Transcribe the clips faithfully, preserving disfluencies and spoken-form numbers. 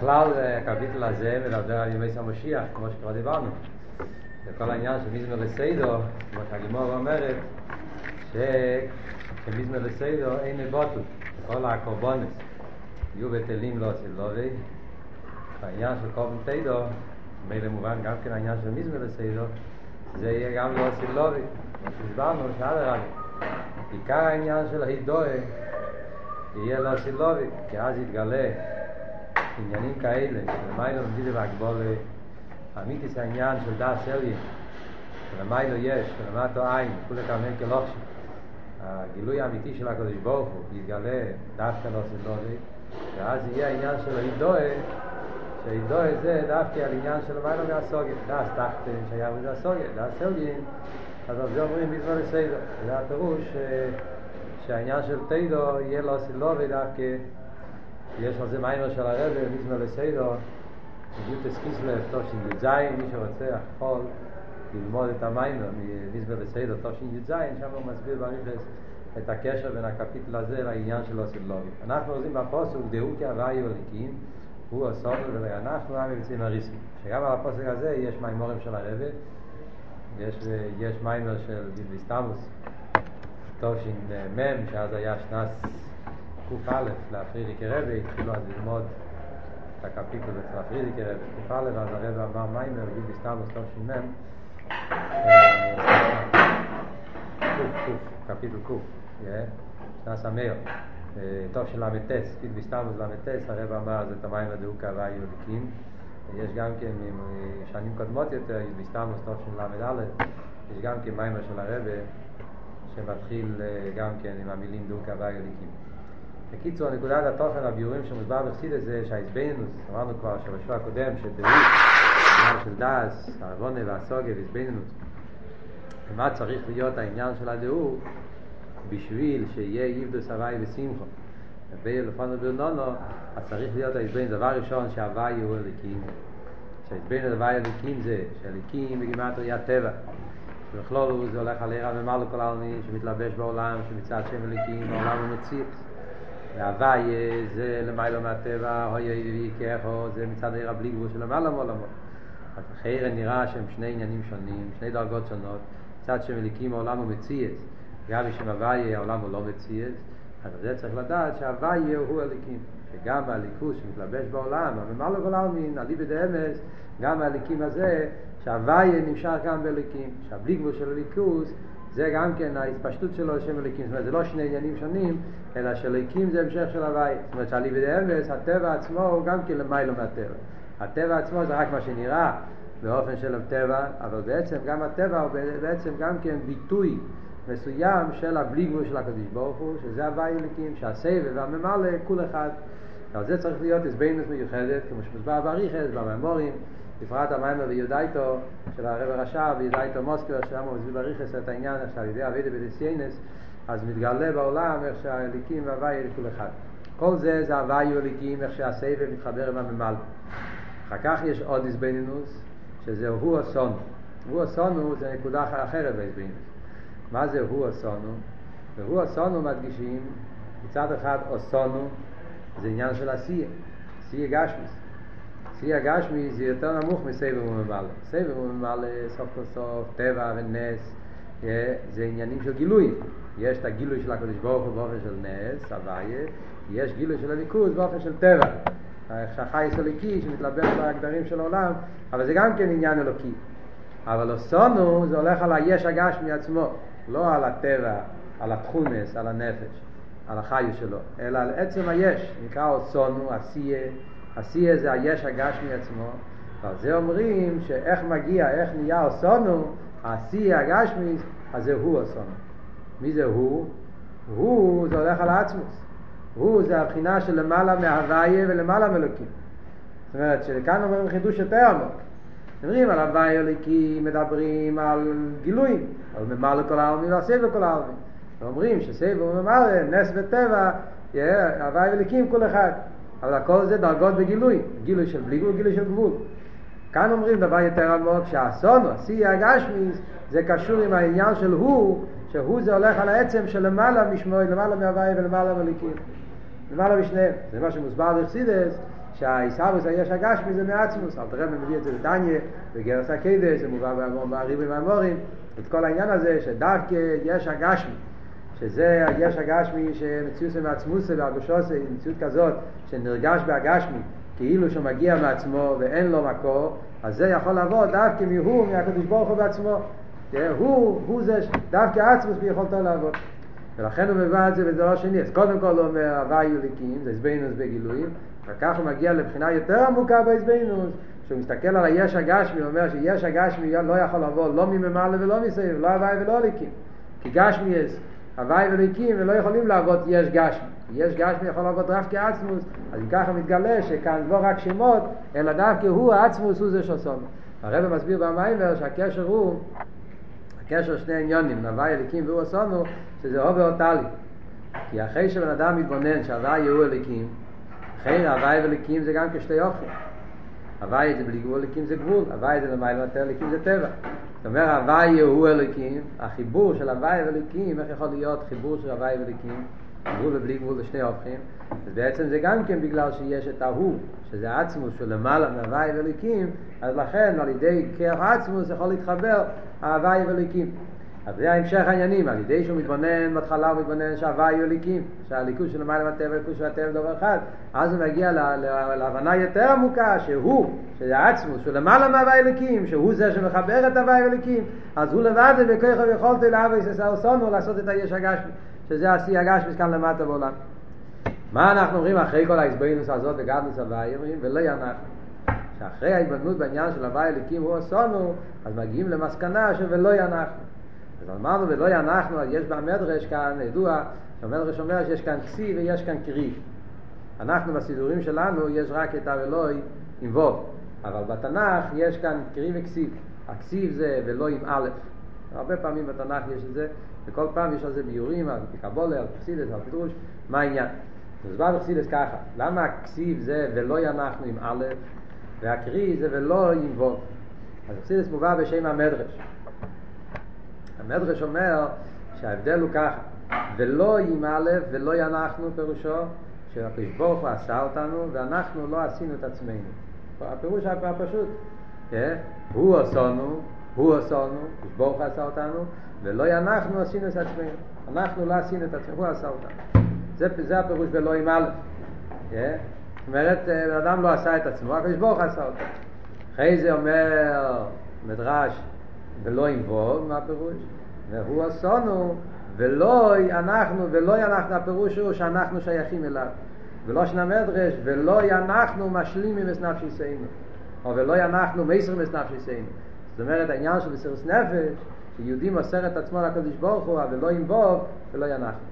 בכלל הקפיטל הזה מדבר על ימי המשיח, כמו שכבר דיברנו. וכל העניין של מזמור לסיידו, כמו שהגימור אומרת, שמזמור לסיידו אין מבוטל. כל הקורבנות יהיו בטלים לא סילובי. העניין של קורבן תידו, מילא מובן גם כן העניין של מזמור לסיידו, זה יהיה גם לא סילובי. כמו שדיברנו, שעד הרב. עיקר העניין של ההידואה יהיה לא סילובי, כי אז יתגלה עניינים כאלה, שלמיילו מדידה והגבולה, אמיתיס העניין של דעת סליה, שלמיילו יש, שלמטו עין, כולי כרמן כלוקשי, הגילוי האמיתי של הקדוש ברוך הוא, יתגלה דווקא לא סילובי, ואז יהיה העניין של ההידואה, שההידואה זה דווקא על עניין של מיילו מהסוגיה, דעת תחתן שהיה בזה הסוגיה, דעת סליה, אז על זה אומרים מזמור לסיידו, זה הפירוש שהעניין של תידו יהיה לא סילובי דווקא, יש על זה מיימר של הרב, מזמור לסיידו, יוטס קיסלב, תושין י"ז, מי שרוצה יכול ללמוד את המיימר מזמור לסיידו, תושין י"ז, שם הוא מסביר בריחס את הקשר בין הקפיטל הזה לעניין של לא סילובי. אנחנו עוזים בפוסק, דהו כי הוויו אליקים, הוא הסוד, ואנחנו עם יוצאים הריסים. שגם על הפוסק הזה יש מיימורים של הרב, יש, יש מיימר של ביבליסטמוס, תושין מם, שאז היה שנס קוף א' להפרידיקי רבי, התחילו אז ללמוד את הקפיטל אצל הפרידיקי רבי, קוף א', אז הרב אמר מיימר, ביבליסטמוס, תושין מם, קוף, קוף, קפיטל קוף, שנס המאיר, תושין למטס, ביבליסטמוס למטס, הרב אמר אז את המיימר דהו כאווה יוליקים, יש גם כן שנים קודמות יותר, ביבליסטמוס, תושין למד א', יש גם כן מיימר של הרב, שמתחיל גם כן עם המילים דהו כאווה יוליקים. בקיצור, נקודת התוכן הביורים שמוסבר בחסידות זה שהאיזבנינוס, אמרנו כבר שבשבוע הקודם, שדהו, העניין של דאס, העוונה והסוגיה ואיזבנינוס, ומה צריך להיות העניין של הדהו, בשביל שיהיה איבדוס הוואי ושמחו. וביל לפנו ברנונו, אז צריך להיות האיזבנינוס, דבר ראשון שהוואי הוא אליקים, שהאיזבנינוס הוואי אליקים זה, שאליקים בגימטריה טבע, ובכלול זה הולך על עירה ומעלה כל העלמין, שמתלבש בעולם, שמצד שם אליקים, העולם הוא מציץ. והוואי זה למיילו מהטבע, הוי ידידי כאחו, זה מצד העיר הבלי גבול של למעלה מעולמות. אז אחרי נראה שהם שני עניינים שונים, שני דרגות שונות, מצד שם אליקים העולם הוא מציץ, גם בשם הוואי העולם הוא לא מציץ, אז זה צריך לדעת שהוואי הוא אליקים, שגם הליכוס שמתלבש בעולם, הממלא כל העלמין, הליבד האמס, גם הליקים הזה, שהוואי נמשך גם באליקים, שהבלי גבול של הליכוס, זה גם כן ההתפשטות שלו לשם אליקים, זאת אומרת, זה לא שני עניינים שונים, אלא שאליקים זה המשך של הוואי. זאת אומרת, שהליבד האמס, הטבע עצמו הוא גם כן למיילו מהטבע. הטבע עצמו זה רק מה שנראה באופן של הטבע, אבל בעצם גם הטבע הוא בעצם גם כן ביטוי מסוים של הבלי גבול של הקדוש ברוך הוא, שזה הוואי אליקים, שהסבב והממלא כול אחד. על זה צריך להיות איזבנינוס מיוחדת, כמו שמוסבר בריחס, במאמורים, בפרט המיימר ויודאיתו של הרב הרש"ב ויודאיתו מוסקר, שם הוא מסביר בריחס את העניין איך שעל ידי אבידה בדסיינס, אז מתגלה בעולם איך שהאליקים והוואי הם כל אחד. כל זה זה הוואי אליקים, איך שהסבב מתחבר עם הממלא. אחר כך יש עוד איזבנינוס, שזה הוא הסונו. הוא הסונו זה נקודה אחרת באיזבנינוס. מה זה הוא הסונו? והוא הסונו מדגישים, מצד אחד הסונו זה עניין של עשייה, עשייה גשמיס. עשייה גשמי זה יותר נמוך מסבב וממלא. סבב וממלא, סוף כל סוף, טבע ונס, זה עניינים של גילוי. יש את הגילוי של הקדוש ברוך הוא באופן של נס, הוויה, יש גילוי של הליכוז באופן של טבע. שהחייס אלוקי שמתלבש בהגדרים של העולם, אבל זה גם כן עניין אלוקי. אבל הסונו זה הולך על היש הגשמי עצמו, לא על הטבע, על התכונס, על הנפש, על החיוס שלו, אלא על עצם היש, נקרא הסונו, עשייה, עשייה זה היש הגשמי עצמו, ועל זה אומרים שאיך מגיע, איך נהיה הסונו, העשייה הגשמי, אז זה הוא הסונו. מי זה הוא? הוא זה הולך על העצמוס. הוא זה הבחינה של למעלה מהוויה ולמעלה מאלוקים. זאת אומרת שכאן אומרים חידוש יותר עמוק. מדברים על הוויה אלוקים, מדברים על גילויים, על ממלא כל העלמין והסבב כל העלמין. אומרים שסבב וממלא, נס וטבע, הוויה אלוקים כל אחד. אבל הכל זה דרגות בגילוי, גילוי של בלי גבול, גילוי של גבול. כאן אומרים דבר יותר עמוק, שהאסון, עשייה הגשמי, זה קשור עם העניין של הוא, שהוא זה הולך על העצם של למעלה משמוי, למעלה מהוויה ולמעלה מאלוקים. למעלה משניהם. זה מה שמוסבר בחסידות, שהאיסאוויס היש הגשמי זה מעצמוס. אל תראה מביא את זה לטניה, בגרס הקדש, זה מובא בעריבים והמורים, את כל העניין הזה שדווקא יש הגשמי, שזה יש הגשמי שמציאות מעצמוס והרגושוס היא מציאות כזאת שנרגש בהגשמי כאילו שהוא מגיע מעצמו ואין לו מקור, אז זה יכול לבוא דווקא מהוא, מהקדוש ברוך הוא בעצמו. הוא, הוא זה דווקא עצמוס ביכולתו לעבוד. ולכן הוא מביא את זה בדבר שני. אז קודם כל הוא אומר הוואי יוליקים, זה הסבינוס בגילויים, וכך הוא מגיע לבחינה יותר עמוקה בהסבינוס, שהוא מסתכל על היש הגשמי, הוא אומר שיש הגשמי לא יכול לבוא לא ממעלה ולא מסביב, לא הוואי ולא ליקים. כי גשמי יש הוואי וליקים ולא יכולים לעבוד יש גשמי. יש גשמי יכול לעבוד דווקא עצמוס, אז אם ככה מתגלה שכאן לא רק שמות, אלא דווקא הוא העצמוס, הוא זה שעושה. הרב מסביר במיימר שהקשר הוא, הקשר שני עניונים, הוואי אליקים והוא עשונו, שזה הוא ואותלי. כי אחרי שבן אדם מתבונן שהוואי הוא אליקים, אחרי הוואי ואליקים זה גם כשתי אופן. הוואי זה בלי גבול, אליקים זה גבול. הוואי זה למעלה יותר, אליקים זה טבע. זאת אומרת, הוואי הוא אליקים, החיבור של הוואי ואליקים, איך יכול להיות חיבור של הוואי ואליקים? גבול ובלי גבול זה שני הופכים. אז בעצם זה גם כן בגלל שיש את ההוא, שזה עצמוס של למעלה מהוואי ואליקים, אז לכן על ידי כרך עצמוס יכול להתחבר ההוואי ואליקים. אז זה ההמשך העניינים, על ידי שהוא מתבונן, בהתחלה הוא מתבונן שההוואי ואליקים, שהליכוז של למעלה מהטבע, הליכוז של הטבע דבר אחד, אז הוא מגיע להבנה יותר עמוקה שהוא, שזה עצמוס, שהוא למעלה מהוואי ואליקים, שהוא זה שמחבר את ההוואי ואליקים, אז הוא לבד בכוח ויכולתו לאבא יססנו לעשות את היש הגשמי, שזה עשי הגשמי כאן למטה בעולם. מה אנחנו אומרים אחרי כל ההסבינוס הזאת וגדלוס הוואי? אומרים ולא אנחנו. שאחרי ההתבוננות בעניין של הוואי אליקים הוא עשונו, אז מגיעים למסקנה שלא אנחנו. אז אמרנו ולא אנחנו, אז יש במדרש כאן ידוע, שהמדרש אומר שיש כאן כסיב ויש כאן קריב. אנחנו בסידורים שלנו יש רק את הוולוי עם וו, אבל בתנ"ך יש כאן קריב וכסיב. הכסיב זה ולוי עם א'. הרבה פעמים בתנ"ך יש את זה, וכל פעם יש על זה ביורים, על קבולה, על חסידס, על פידרוש, מה העניין? אז בא בחסידס ככה, למה הכסיב זה ולוי אנחנו עם א', והקריב זה ולוי עם וו? אז חסידס מובא בשם המדרש. המדרש אומר שההבדל הוא ככה, ולא עם א' ולא אנחנו פירושו שהקדוש ברוך הוא עשה אותנו ואנחנו לא עשינו את עצמנו. הפירוש הפשוט, הוא עשינו, הוא עשינו, הקדוש ברוך הוא עשה אותנו, ולא אנחנו עשינו את עצמנו. אנחנו לא עשינו את עצמנו, הוא עשה אותנו. זה, זה הפירוש ולא עם א'. זאת אומרת, אדם לא עשה את עצמו, הקדוש ברוך הוא עשה אותנו. אחרי זה אומר מדרש ולא עם וו, מה הפירוש? והוא עשונו ולא אנחנו, ולא אנחנו, הפירוש הוא שאנחנו שייכים אליו. ולא שנה מדרש, ולא אנחנו משלימים את נפשינו, או ולא אנחנו מייסרים את נפשינו. זאת אומרת, העניין של מסירות נפש, שיהודי מוסר את עצמו לקדוש ברוך הוא, ולא עם וו, ולא אנחנו.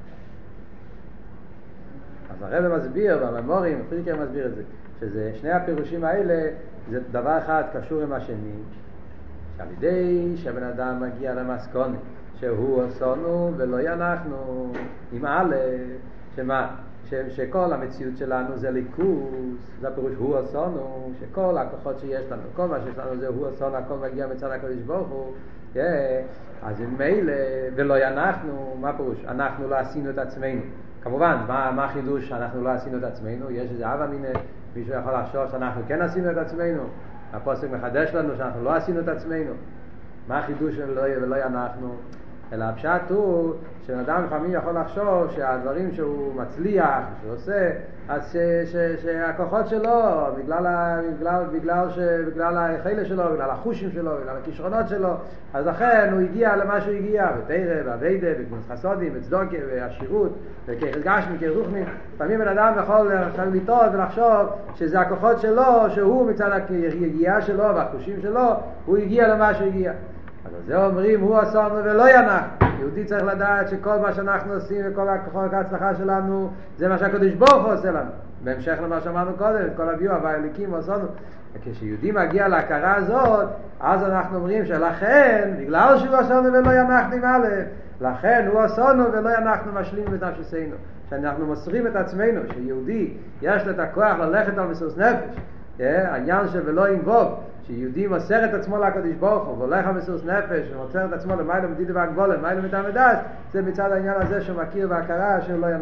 אז הרב מסביר, בממורים, פריקר מסביר את זה, שזה שני הפירושים האלה, זה דבר אחד קשור עם השני. שעל ידי שהבן אדם מגיע למסקנה שהוא עשונו ולא אנחנו עם א', שמה? ש, שכל המציאות שלנו זה ליכוז, זה הפירוש הוא עשונו, שכל הכוחות שיש לנו, כל מה שיש לנו זה הוא עשונו, הכל מגיע מצד הקדוש ברוך הוא. yeah. אז אם מילא ולא אנחנו, מה הפירוש? אנחנו לא עשינו את עצמנו. כמובן, מה, מה החידוש שאנחנו לא עשינו את עצמנו? יש איזה אבא מיני, מישהו יכול לחשוב שאנחנו כן עשינו את עצמנו. הפוסק מחדש לנו שאנחנו לא עשינו את עצמנו. מה החידוש של לא ולא אנחנו? אלא הפשט הוא שאדם לפעמים יכול לחשוב שהדברים שהוא מצליח, שהוא עושה, אז ש, ש, שהכוחות שלו, בגלל, בגלל, בגלל, ש, בגלל החלה שלו, בגלל החושים שלו, בגלל הכישרונות שלו, אז לכן הוא הגיע למה שהוא הגיע, בתרא, בעבודה, בגמוס חסודים, בצדוקה, בעשירות, בכיחס גשמי, כרוחני. לפעמים בן אדם יכול לטעות ולחשוב שזה הכוחות שלו, שהוא מצד היגיעה שלו והחושים שלו, הוא הגיע למה שהוא הגיע. אז זה אומרים, הוא עשונו ולא ינח. יהודי צריך לדעת שכל מה שאנחנו עושים וכל הכוחות ההצלחה שלנו, זה מה שהקדוש ברוך הוא עושה לנו. בהמשך למה שאמרנו קודם, כל הביאו, הוואי אליקים עשונו. וכשיהודי מגיע להכרה הזאת, אז אנחנו אומרים שלכן, בגלל שהוא עשונו ולא ינחנו עם א', לכן הוא עשונו ולא ינחנו משלים את נפשנו. שאנחנו מוסרים את עצמנו, שיהודי יש לו את הכוח ללכת על מסירות נפש. העניין של ולא עם וו, שיהודי מוסר את עצמו לקדוש ברוך הוא והולך על מסירות נפש ומוסר את עצמו למעלה מדידה והגבולה, למעלה מטעם ודעת, זה מצד העניין הזה שהוא מכיר בהכרה שהוא לא ינח.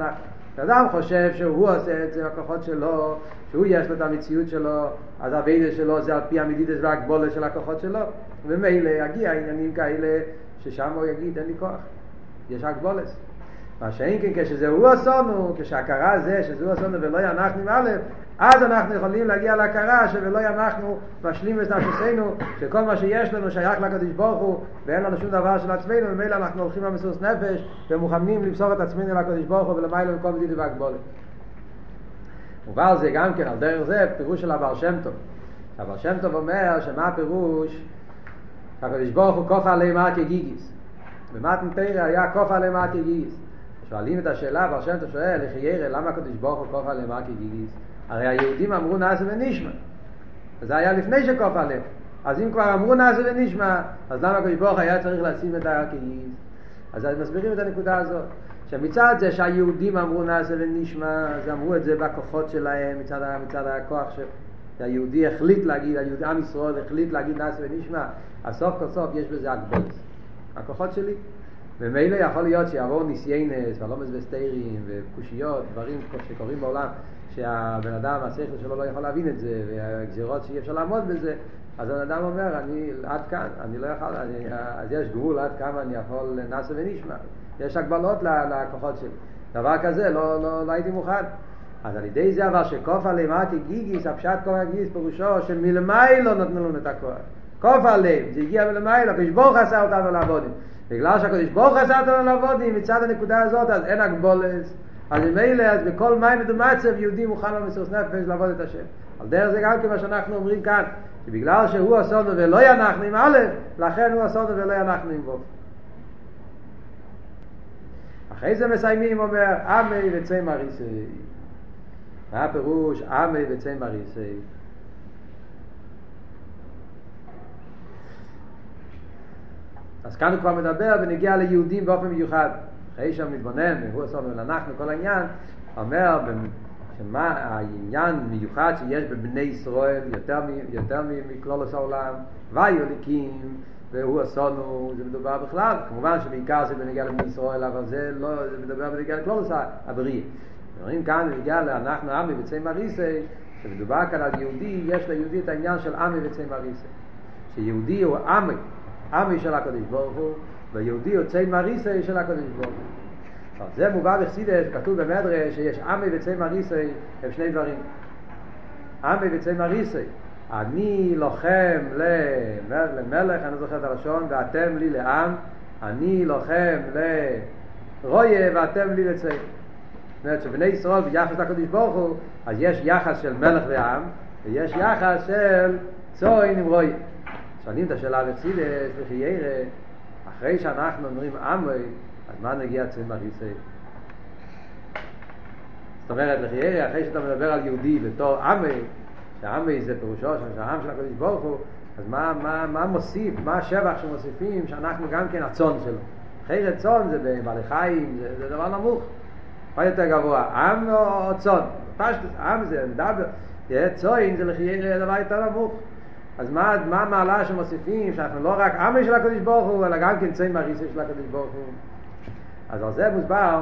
אדם חושב שהוא עושה את זה בכוחות שלו, שהוא יש לו את המציאות שלו, אז העבודה שלו זה על פי המדידות והגבולת של הכוחות שלו, ומילא יגיע עניינים כאלה ששם הוא יגיד אין לי כוח, יש הגבולת. מה שאין כן כשזה הוא עשונו, כשהכרה זה שזה עשונו ולא אנחנו עם א', אז אנחנו יכולים להגיע להכרה שלא אנחנו משלים את נפשנו, שכל מה שיש לנו שייך לקדוש ברוך הוא ואין לנו שום דבר של עצמנו, ומילא אנחנו הולכים למסורת נפש ומוכנים למסור את עצמנו לקדוש ברוך הוא ולמעלה מכל מדידות והגבולת. ובעל זה גם כן, על דרך זה, פירוש של הבעל שם טוב. הבעל שם טוב אומר שמה הפירוש? הקדוש ברוך הוא כופה עליהם הר כגיגיס. במתן תורה היה כופה עליהם הר כגיגיס. שואלים את השאלה, הבעל שם טוב שואל, איך יראה, למה הקדוש ברוך הוא כופה עליהם הר כגיגיס? הרי היהודים אמרו נעשה ונשמע. וזה היה לפני שכופה עליהם. אז אם כבר אמרו נעשה ונשמע, אז למה הקדוש ברוך הוא היה צריך לשים את ההר כגיגיס? אז מסבירים את הנקודה הזאת. שמצד זה שהיהודים אמרו נעשה ונשמע, אז אמרו את זה בכוחות שלהם, מצד, מצד הכוח שהיהודי החליט להגיד, היהודי עם ישראל החליט להגיד נעשה ונשמע, אז סוף כל סוף יש בזה הגבולת. הכוחות שלי. ומילא יכול להיות שיעבור ניסיינס, ולומס וסתירים, וקושיות, דברים שקורים בעולם, שהבן אדם, השכל שלו לא יכול להבין את זה, והגזירות שאי אפשר לעמוד בזה, אז הבן אדם אומר, אני עד כאן, אני לא יכול, אני, אז יש גבול עד כמה אני יכול נעשה ונשמע. יש הגבלות לכוחות שלי. דבר כזה לא, לא, לא הייתי מוכן. אז על ידי זה אבל שקוף עליהם הר כגיגיס, הפשט כוח הגיגיס פירושו של מלמעלה לא נתנו לנו את הכוח. קוף עליהם, זה הגיע מלמעלה, הקדוש ברוך הוא עשה אותנו לעבודים. בגלל שהקדוש ברוך הוא עשה אותנו לעבודים, מצד הנקודה הזאת, אז אין הגבולת. אז ממילא, אז בכל מים מדומצב, יהודי מוכן למסורת נפש לעבוד את השם. על דרך זה גם כמו שאנחנו אומרים כאן, שבגלל שהוא עשונו ולא ינחנו עם א', לכן הוא עשונו ולא ינחנו עם ו'. אחרי זה מסיימים אומר עמי וצי מריסי. מה הפירוש עמי וצי מריסי? אז כאן הוא כבר מדבר ונגיע ליהודים באופן מיוחד. אחרי שם מתבונן והוא עושה לנו אנחנו כל העניין, אומר שמה העניין מיוחד שיש בבני ישראל יותר, יותר מכלל העולם, והיוליקים והוא עשונו, זה מדובר בכלל, כמובן שבעיקר זה בנגיע לבני ישראל, אבל זה לא, זה מדבר בנגיע לכלל הבריא. אומרים כאן בנגיע לאנחנו עמי וצי מריסי, שמדובר כאן על יהודי, יש ליהודי את העניין של עמי וצי מריסי. שיהודי הוא עמי, עמי של הקדוש ברוך הוא, ויהודי הוא צי מריסי של הקדוש ברוך הוא. זה מובא בחסידות, כתוב במדרש שיש עמי וצי מריסי, הם שני דברים. עמי וצי מריסי. אני לוחם למלך, אני זוכר את הלשון, ואתם לי לעם, אני לוחם לרויה ואתם לי לצי. זאת אומרת שבני ישראל ביחס לקדוש ברוך הוא, אז יש יחס של מלך ועם, ויש יחס של צוין עם רויה. שואלים את השאלה בחסידות, וכי יראה, אחרי שאנחנו אומרים עמי, אז מה נגיע צי מריסי? זאת אומרת, לכי יראה, אחרי שאתה מדבר על יהודי בתור עמי, שהעמי זה פירושו, שהעם של הקדוש ברוך הוא, אז מה, מה, מה מוסיף, מה השבח שמוסיפים, שאנחנו גם כן הצון שלו. אחרי צון זה בבעלי חיים, זה, זה דבר נמוך. מה יותר גבוה, עם או צון? פשטוס, עם זה, מדבר, צוין זה לכי דבר יותר נמוך. אז מה, מה המעלה שמוסיפים, שאנחנו לא רק עמי של הקדוש ברוך הוא, אלא גם כן צי מריסי של הקדוש ברוך הוא. אז על זה מוסבר,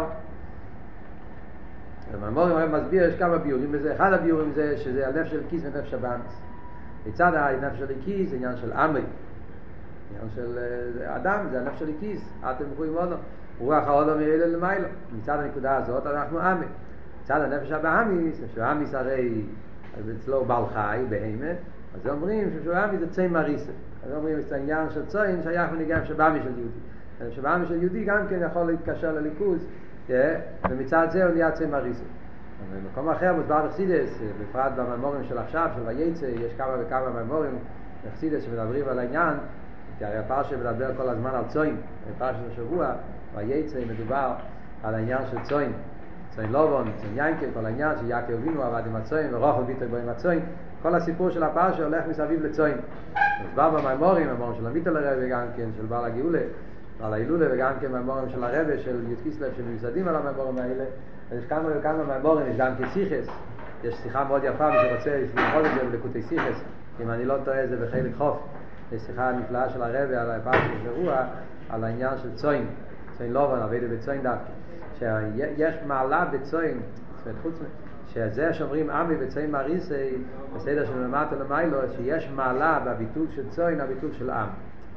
המאמר מסביר, יש כמה ביורים בזה. אחד הביורים זה שזה הנפש של כיס ונפש הבאמס. מצד הנפש של כיס זה עניין של עמי, עניין של אדם, זה הנפש של כיס. אתם יכולים לומר רוח העולם ירד למעלה. מצד הנקודה הזאת אנחנו עמי. מצד הנפש הבאמס, שהעמיס הרי אצלו בעל חי בהמה, אז אומרים שהעמיס זה צי מריסה. אז אומרים את העניין של צוין שייך ונגיע שבאמי של יהודי. שבאמי של יהודי גם כן יכול להתקשר לליכוז, ומצד זה הוא נהיה צי מריסה. במקום אחר מוסבר בחסידות, בפרט במאמרים של עכשיו, של וייצא, יש כמה וכמה מאמרים בחסידות שמדברים על העניין, כי הרי הפרשה מדבר כל הזמן על צוין, בפרשת השבוע, וייצא מדובר על העניין של צוין, צוין לובון, צוין ינקל, כל העניין שיעקב אבינו עבד עם הצוין, ורוחל ביטל בו עם הצוין, כל הסיפור של הפרשה הולך מסביב לצוין. מוסבר במאמרים, המאמרים של המיטל הרבי גם כן, של בעל הגאולה, בעל ההילולה, וגם כן מאמרים של הרבי, של י' כיסלב, שמיוסדים על המאמרים האלה. יש כמה וכמה מאמרים, יש גם כסיכס, יש שיחה מאוד יפה, מי שרוצה ללמוד את זה בליקוטי סיכס, אם אני לא טועה זה בחלק חוף, יש שיחה נפלאה של הרבי על הפרשת השבוע, על העניין של צוין, צוין לובן, עבד בצוין דווקא, שיש מעלה בצוין, חוץ שזה שאומרים עמי וצוין מריסי, בסדר של למטה למיילו, שיש מעלה בביטול של צוין, הביטול של עם.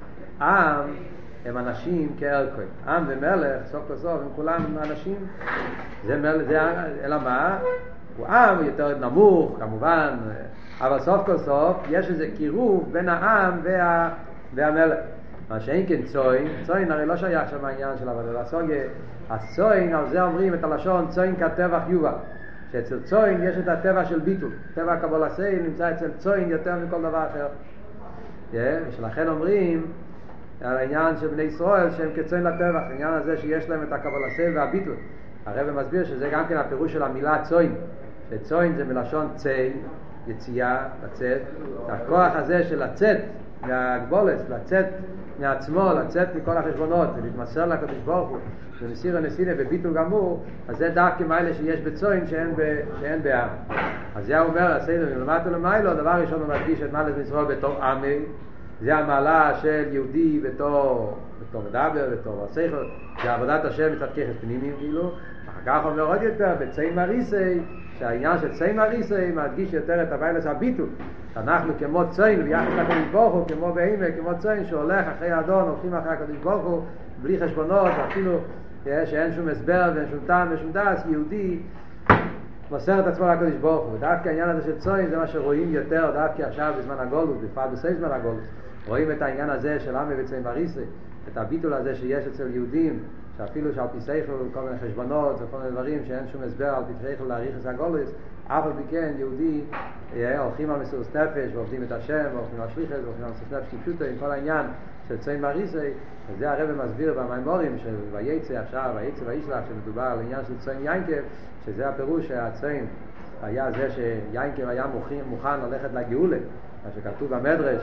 עם הם אנשים כאלקוי. עם ומלך, סוף בסוף, הם כולם אנשים. זה מלך, זה, אלא מה? הוא עם יותר נמוך, כמובן, אבל סוף כל סוף יש איזה קירוב בין העם וה, והמלך. מה שאין כן צוין, צוין הרי לא שייך שם העניין של עבודה הסוגיה. הצוין, על זה אומרים את הלשון צוין כטבח יובה. שאצל צוין יש את הטבע של ביטול. טבע קבלה סייל נמצא אצל צוין יותר מכל דבר אחר. Yeah, ושלכן אומרים על העניין של בני ישראל שהם כצוין לטבח, העניין הזה שיש להם את הקבלה סייל והביטול. הרב מסביר שזה גם כן הפירוש של המילה צוין. שצוין זה מלשון צי, יציאה, לצאת. הכוח הזה של לצאת מהגבולת, לצאת מעצמו, לצאת מכל החשבונות ולהתמסר לקדוש ברוך הוא ומסיר הנסינה בביטול גמור, אז זה דרכם האלה שיש בצוין שאין, ב, שאין בעם. אז זה אומר הסדר מלמטה למיילו, דבר ראשון הוא מדגיש את מעלת ישראל בתור עמי, זה המעלה של יהודי בתור, בתור מדבר, בתור שכל, זה עבודת השם מצד ככס פנימיים כאילו. אחר כך אומר עוד יותר בצוין מריסי, שהעניין של צוין מריסי מדגיש יותר את הביילס הביטול. אנחנו כמו צוין ויחד לקדוש ברוך הוא, כמו בהמה, כמו צוין שהולך אחרי האדון, הולכים אחרי הקדוש ברוך הוא בלי חשבונות, אפילו שאין שום הסבר ואין שום טעם ושום דעת, יהודי מוסר את עצמו לקדוש ברוך הוא. דווקא העניין הזה של צוין זה מה שרואים יותר דווקא עכשיו בזמן הגולוס, בפרט בסוף זמן הגולוס. רואים את העניין הזה של עמי וצוין מריסי, את הביטול הזה שיש אצל יהודים, שאפילו שעל פי שכל כל מיני חשבונות וכל מיני דברים שאין שום הסבר על פי שכל להעריך את הגולוס, אף על פי כן יהודי הולכים על מסירות נפש ועובדים את השם והולכים על שליחת והולכים על מסירות נפש כפשוטו עם כל העניין של צוין מריסי. וזה הרב מסביר במיימורים של וייצא עכשיו, וייצא וישלח, שמדובר על עניין של צוין יינקב, שזה הפירוש שהצוין היה זה שיינקב היה מוכן, מוכן ללכת לגאולה, מה שכתוב במדרש,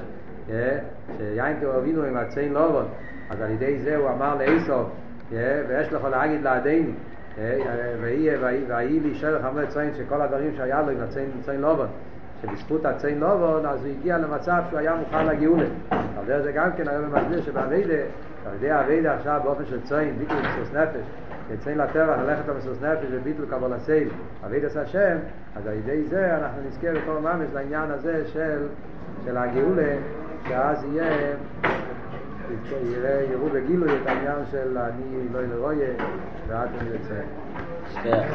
שיינקב אבינו עם הצוין לובון, אז על ידי זה הוא אמר לאיסוף, ויש לך להגיד לעדיני, והיא לי שלח אמר צוין שכל הדברים שהיה לו עם הצוין לובון, שבזכות הצוין לובון אז הוא הגיע למצב שהוא היה מוכן לגאולה. אבל זה גם כן הרב מסביר שבעבידה, על ידי העבידה עכשיו באופן של צוין, ביטול מסירות נפש, צוין לטבח, ללכת למסירות נפש וביטול קבלה סייל, עבידת השם, אז על ידי זה אנחנו נזכה בכל ממש לעניין הזה של, של הגאולה, שאז יהיה יראו בגילוי את העניין של אני לא רואה ואת אני יוצא.